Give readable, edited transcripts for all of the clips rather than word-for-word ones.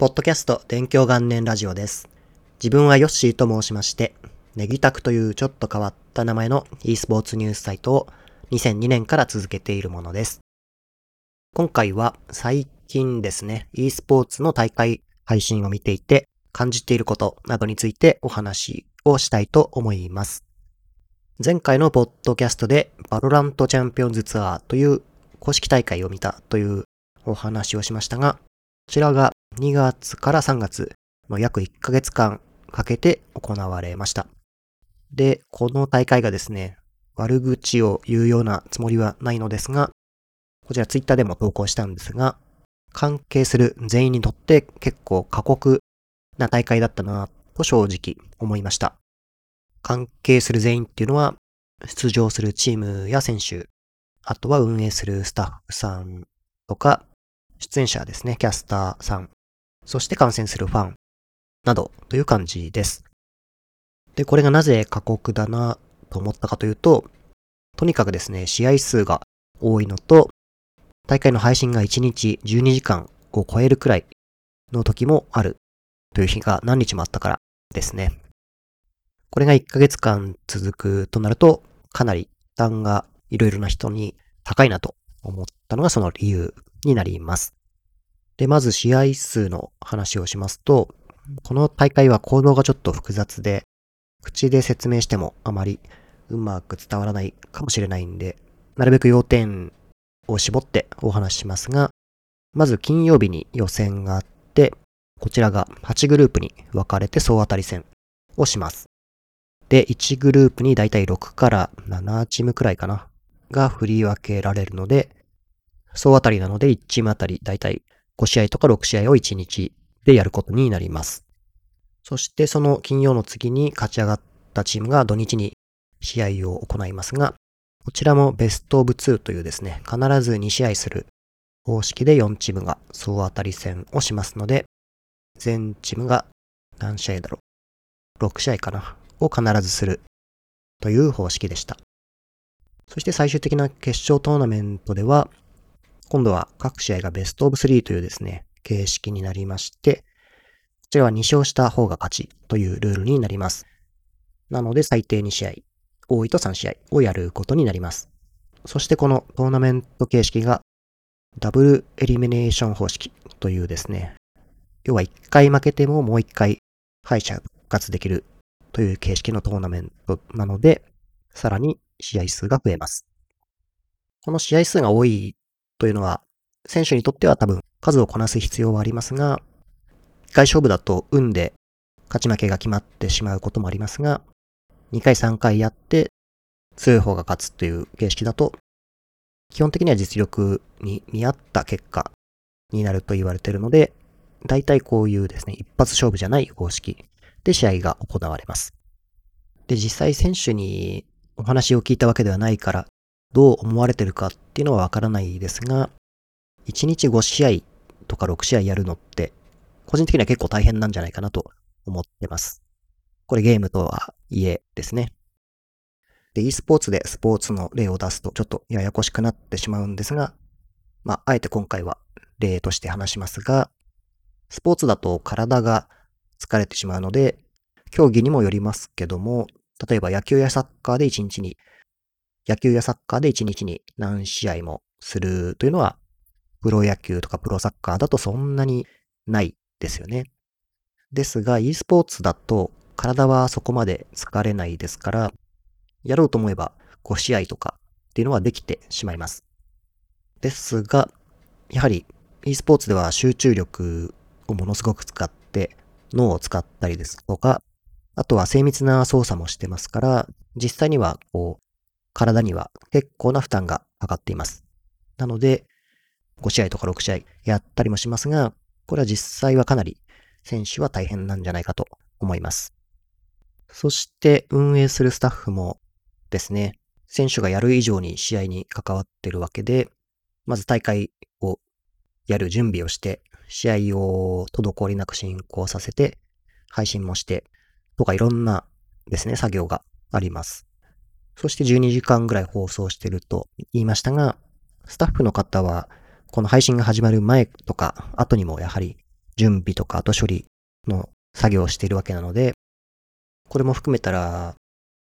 ポッドキャスト勉強元年ラジオです。自分はヨッシーと申しまして、ネギタクというちょっと変わった名前の e スポーツニュースサイトを2002年から続けているものです。今回は最近ですね、e スポーツの大会配信を見ていて感じていることなどについてお話をしたいと思います。前回のポッドキャストでバロラントチャンピオンズツアーという公式大会を見たというお話をしましたが、こちらが2月から3月の約1ヶ月間かけて行われました。で、この大会がですね、悪口を言うようなつもりはないのですが、こちらツイッターでも投稿したんですが、関係する全員にとって結構過酷な大会だったなと正直思いました。関係する全員っていうのは、出場するチームや選手、あとは運営するスタッフさんとか、出演者ですね、キャスターさん、そして観戦するファンなどという感じです。で、これがなぜ過酷だなと思ったかというと、とにかくですね、試合数が多いのと、大会の配信が1日12時間を超えるくらいの時もあるという日が何日もあったからですね。これが1ヶ月間続くとなると、かなり負担がいろいろな人に高いなと思ったのがその理由になります。で、まず試合数の話をしますと、この大会は構造がちょっと複雑で、口で説明してもあまりうまく伝わらないかもしれないんで、なるべく要点を絞ってお話ししますが、まず金曜日に予選があって、こちらが8グループに分かれて総当たり戦をします。で、1グループにだいたい6から7チームくらいかな、が振り分けられるので、総当たりなので1チームあたりだいたい5試合とか6試合を1日でやることになります。そしてその金曜の次に勝ち上がったチームが土日に試合を行いますが、こちらもベストオブ2というですね、必ず2試合する方式で4チームが総当たり戦をしますので、全チームが何試合だろう ?6 試合かなを必ずするという方式でした。そして最終的な決勝トーナメントでは、今度は各試合がベストオブ3というですね、形式になりまして、こちらは2勝した方が勝ちというルールになります。なので最低2試合、多いと3試合をやることになります。そしてこのトーナメント形式がダブルエリミネーション方式というですね、要は1回負けてももう1回敗者復活できるという形式のトーナメントなので、さらに試合数が増えます。この試合数が多いというのは、選手にとっては多分数をこなす必要はありますが、1回勝負だと運で勝ち負けが決まってしまうこともありますが、2回3回やって強い方が勝つという形式だと、基本的には実力に見合った結果になると言われているので、大体こういうですね、一発勝負じゃない方式で試合が行われます。で、実際選手にお話を聞いたわけではないから、どう思われてるかっていうのはわからないですが、1日5試合とか6試合やるのって、個人的には結構大変なんじゃないかなと思ってます。これゲームとはいえですね。で、e スポーツでスポーツの例を出すとちょっとややこしくなってしまうんですが、あえて今回は例として話しますが、スポーツだと体が疲れてしまうので、競技にもよりますけども、例えば野球やサッカーで1日に何試合もするというのは、プロ野球とかプロサッカーだとそんなにないですよね。ですが、e スポーツだと体はそこまで疲れないですから、やろうと思えば5試合とかっていうのはできてしまいます。ですが、やはり e スポーツでは集中力をものすごく使って脳を使ったりですとか、あとは精密な操作もしてますから、実際には体には結構な負担がかかっています。なので、5試合とか6試合やったりもしますが、これは実際はかなり選手は大変なんじゃないかと思います。そして運営するスタッフもですね、選手がやる以上に試合に関わっているわけで、まず大会をやる準備をして、試合を滞りなく進行させて、配信もして、とかいろんなですね、作業があります。そして12時間ぐらい放送していると言いましたが、スタッフの方は、この配信が始まる前とか後にもやはり準備とか後処理の作業をしているわけなので、これも含めたら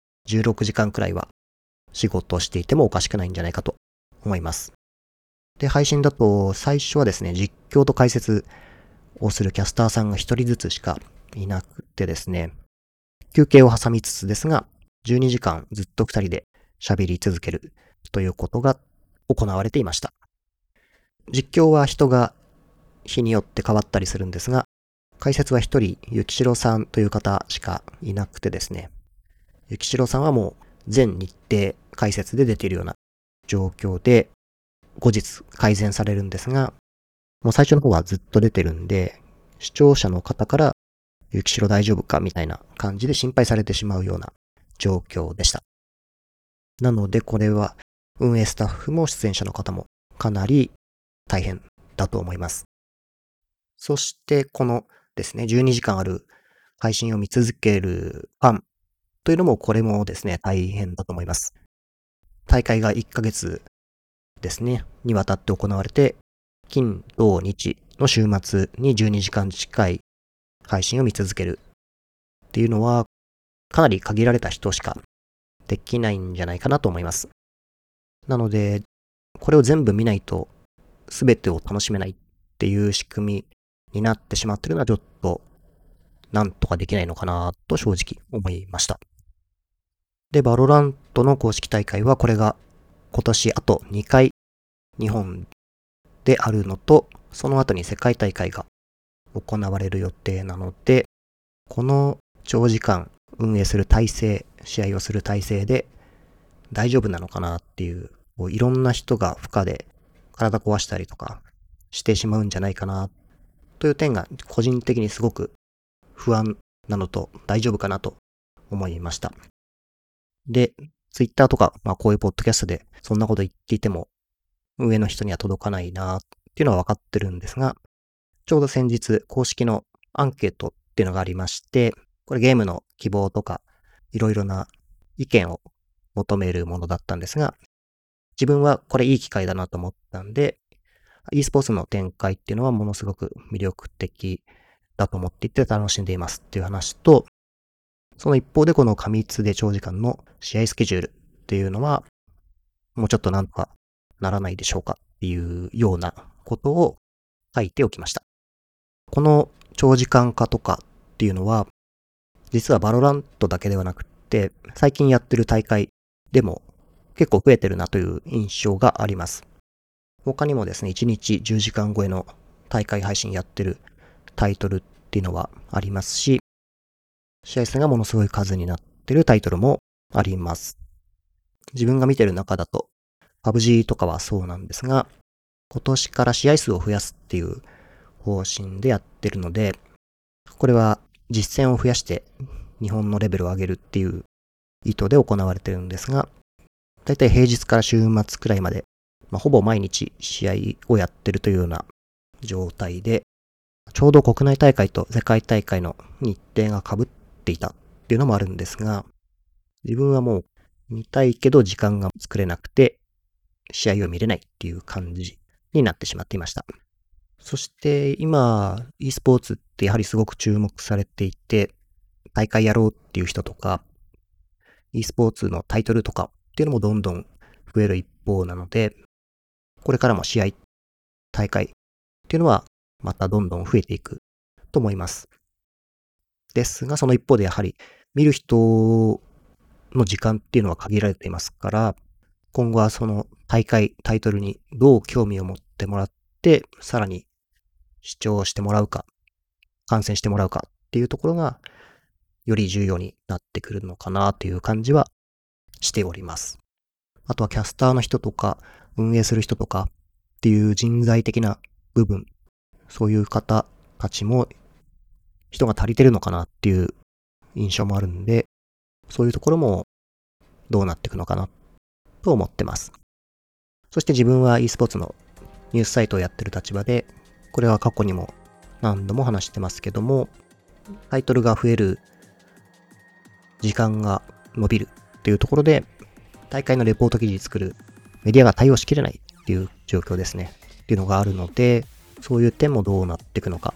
16時間くらいは仕事をしていてもおかしくないんじゃないかと思います。で、配信だと最初はですね、実況と解説をするキャスターさんが一人ずつしかいなくてですね、休憩を挟みつつですが、12時間ずっと二人で喋り続けるということが行われていました。実況は人が日によって変わったりするんですが、解説は一人、ゆきしろさんという方しかいなくてですね、ゆきしろさんはもう全日程解説で出ているような状況で、後日改善されるんですが、もう最初の方はずっと出てるんで、視聴者の方から、ゆきしろ大丈夫かみたいな感じで心配されてしまうような状況でした。なのでこれは運営スタッフも出演者の方もかなり大変だと思います。そしてこのですね、12時間ある配信を見続けるファンというのもこれもですね、大変だと思います。大会が1ヶ月ですね、にわたって行われて、金、土、日の週末に12時間近い配信を見続けるっていうのは、かなり限られた人しかできないんじゃないかなと思います。なので、これを全部見ないと全てを楽しめないっていう仕組みになってしまっているのはちょっとなんとかできないのかなと正直思いました。で、バロラントの公式大会はこれが今年あと2回日本であるのと、その後に世界大会が行われる予定なので、この長時間運営する体制、試合をする体制で大丈夫なのかなっていう、いろんな人が負荷で体壊したりとかしてしまうんじゃないかなという点が個人的にすごく不安なのと大丈夫かなと思いました。で、ツイッターとか、こういうポッドキャストでそんなこと言っていても運営の人には届かないなっていうのは分かってるんですが、ちょうど先日公式のアンケートっていうのがありまして、これゲームの希望とかいろいろな意見を求めるものだったんですが、自分はこれいい機会だなと思ったんで、e スポーツの展開っていうのはものすごく魅力的だと思っていて楽しんでいますっていう話と、その一方でこの過密で長時間の試合スケジュールっていうのは、もうちょっとなんとかならないでしょうかっていうようなことを書いておきました。この長時間化とかっていうのは、実はバロラントだけではなくって、最近やってる大会でも結構増えてるなという印象があります。他にもですね、1日10時間超えの大会配信やってるタイトルっていうのはありますし、試合数がものすごい数になってるタイトルもあります。自分が見てる中だと、PUBG とかはそうなんですが、今年から試合数を増やすっていう方針でやってるので、これは実戦を増やして日本のレベルを上げるっていう意図で行われてるんですが、だいたい平日から週末くらいまで、ほぼ毎日試合をやってるというような状態で、ちょうど国内大会と世界大会の日程が被っていたっていうのもあるんですが、自分はもう見たいけど時間が作れなくて、試合を見れないっていう感じになってしまっていました。そして今、e スポーツってやはりすごく注目されていて、大会やろうっていう人とか、e スポーツのタイトルとかっていうのもどんどん増える一方なので、これからも試合、大会っていうのはまたどんどん増えていくと思います。ですが、その一方でやはり見る人の時間っていうのは限られていますから、今後はその大会、タイトルにどう興味を持ってもらって、さらに視聴してもらうか、観戦してもらうかっていうところが、より重要になってくるのかなという感じはしております。あとはキャスターの人とか、運営する人とかっていう人材的な部分、そういう方たちも人が足りてるのかなっていう印象もあるんで、そういうところもどうなっていくのかなと思ってます。そして自分は e スポーツのニュースサイトをやってる立場で、これは過去にも何度も話してますけども、タイトルが増える、時間が伸びるっていうところで、大会のレポート記事作るメディアが対応しきれないっていう状況ですね。っていうのがあるので、そういう点もどうなっていくのか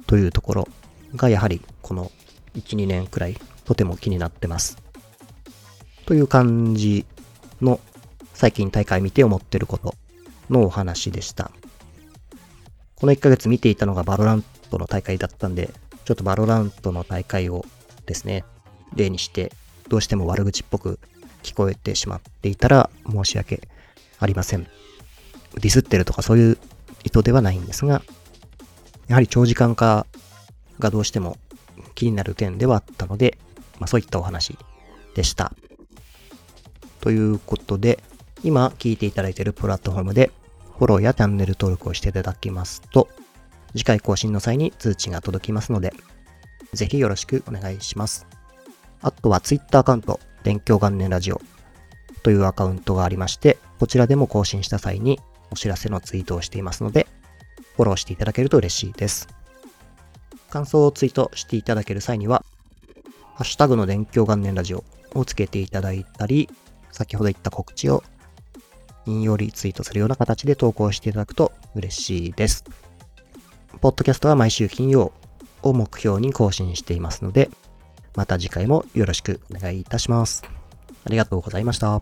というところがやはりこの1、2年くらいとても気になってます。という感じの最近大会見て思ってることのお話でした。この1ヶ月見ていたのがバロラントの大会だったんで、ちょっとバロラントの大会をですね、例にしてどうしても悪口っぽく聞こえてしまっていたら申し訳ありません。ディスってるとかそういう意図ではないんですが、やはり長時間化がどうしても気になる点ではあったので、そういったお話でした。ということで、今聞いていただいているプラットフォームでフォローやチャンネル登録をしていただきますと、次回更新の際に通知が届きますので、ぜひよろしくお願いします。あとは Twitter アカウント、勉強元年ラジオというアカウントがありまして、こちらでも更新した際にお知らせのツイートをしていますので、フォローしていただけると嬉しいです。感想をツイートしていただける際には、ハッシュタグの勉強元年ラジオをつけていただいたり、先ほど言った告知を引用リツイートするような形で投稿していただくと嬉しいです。ポッドキャストは毎週金曜を目標に更新していますので、また次回もよろしくお願いいたします。ありがとうございました。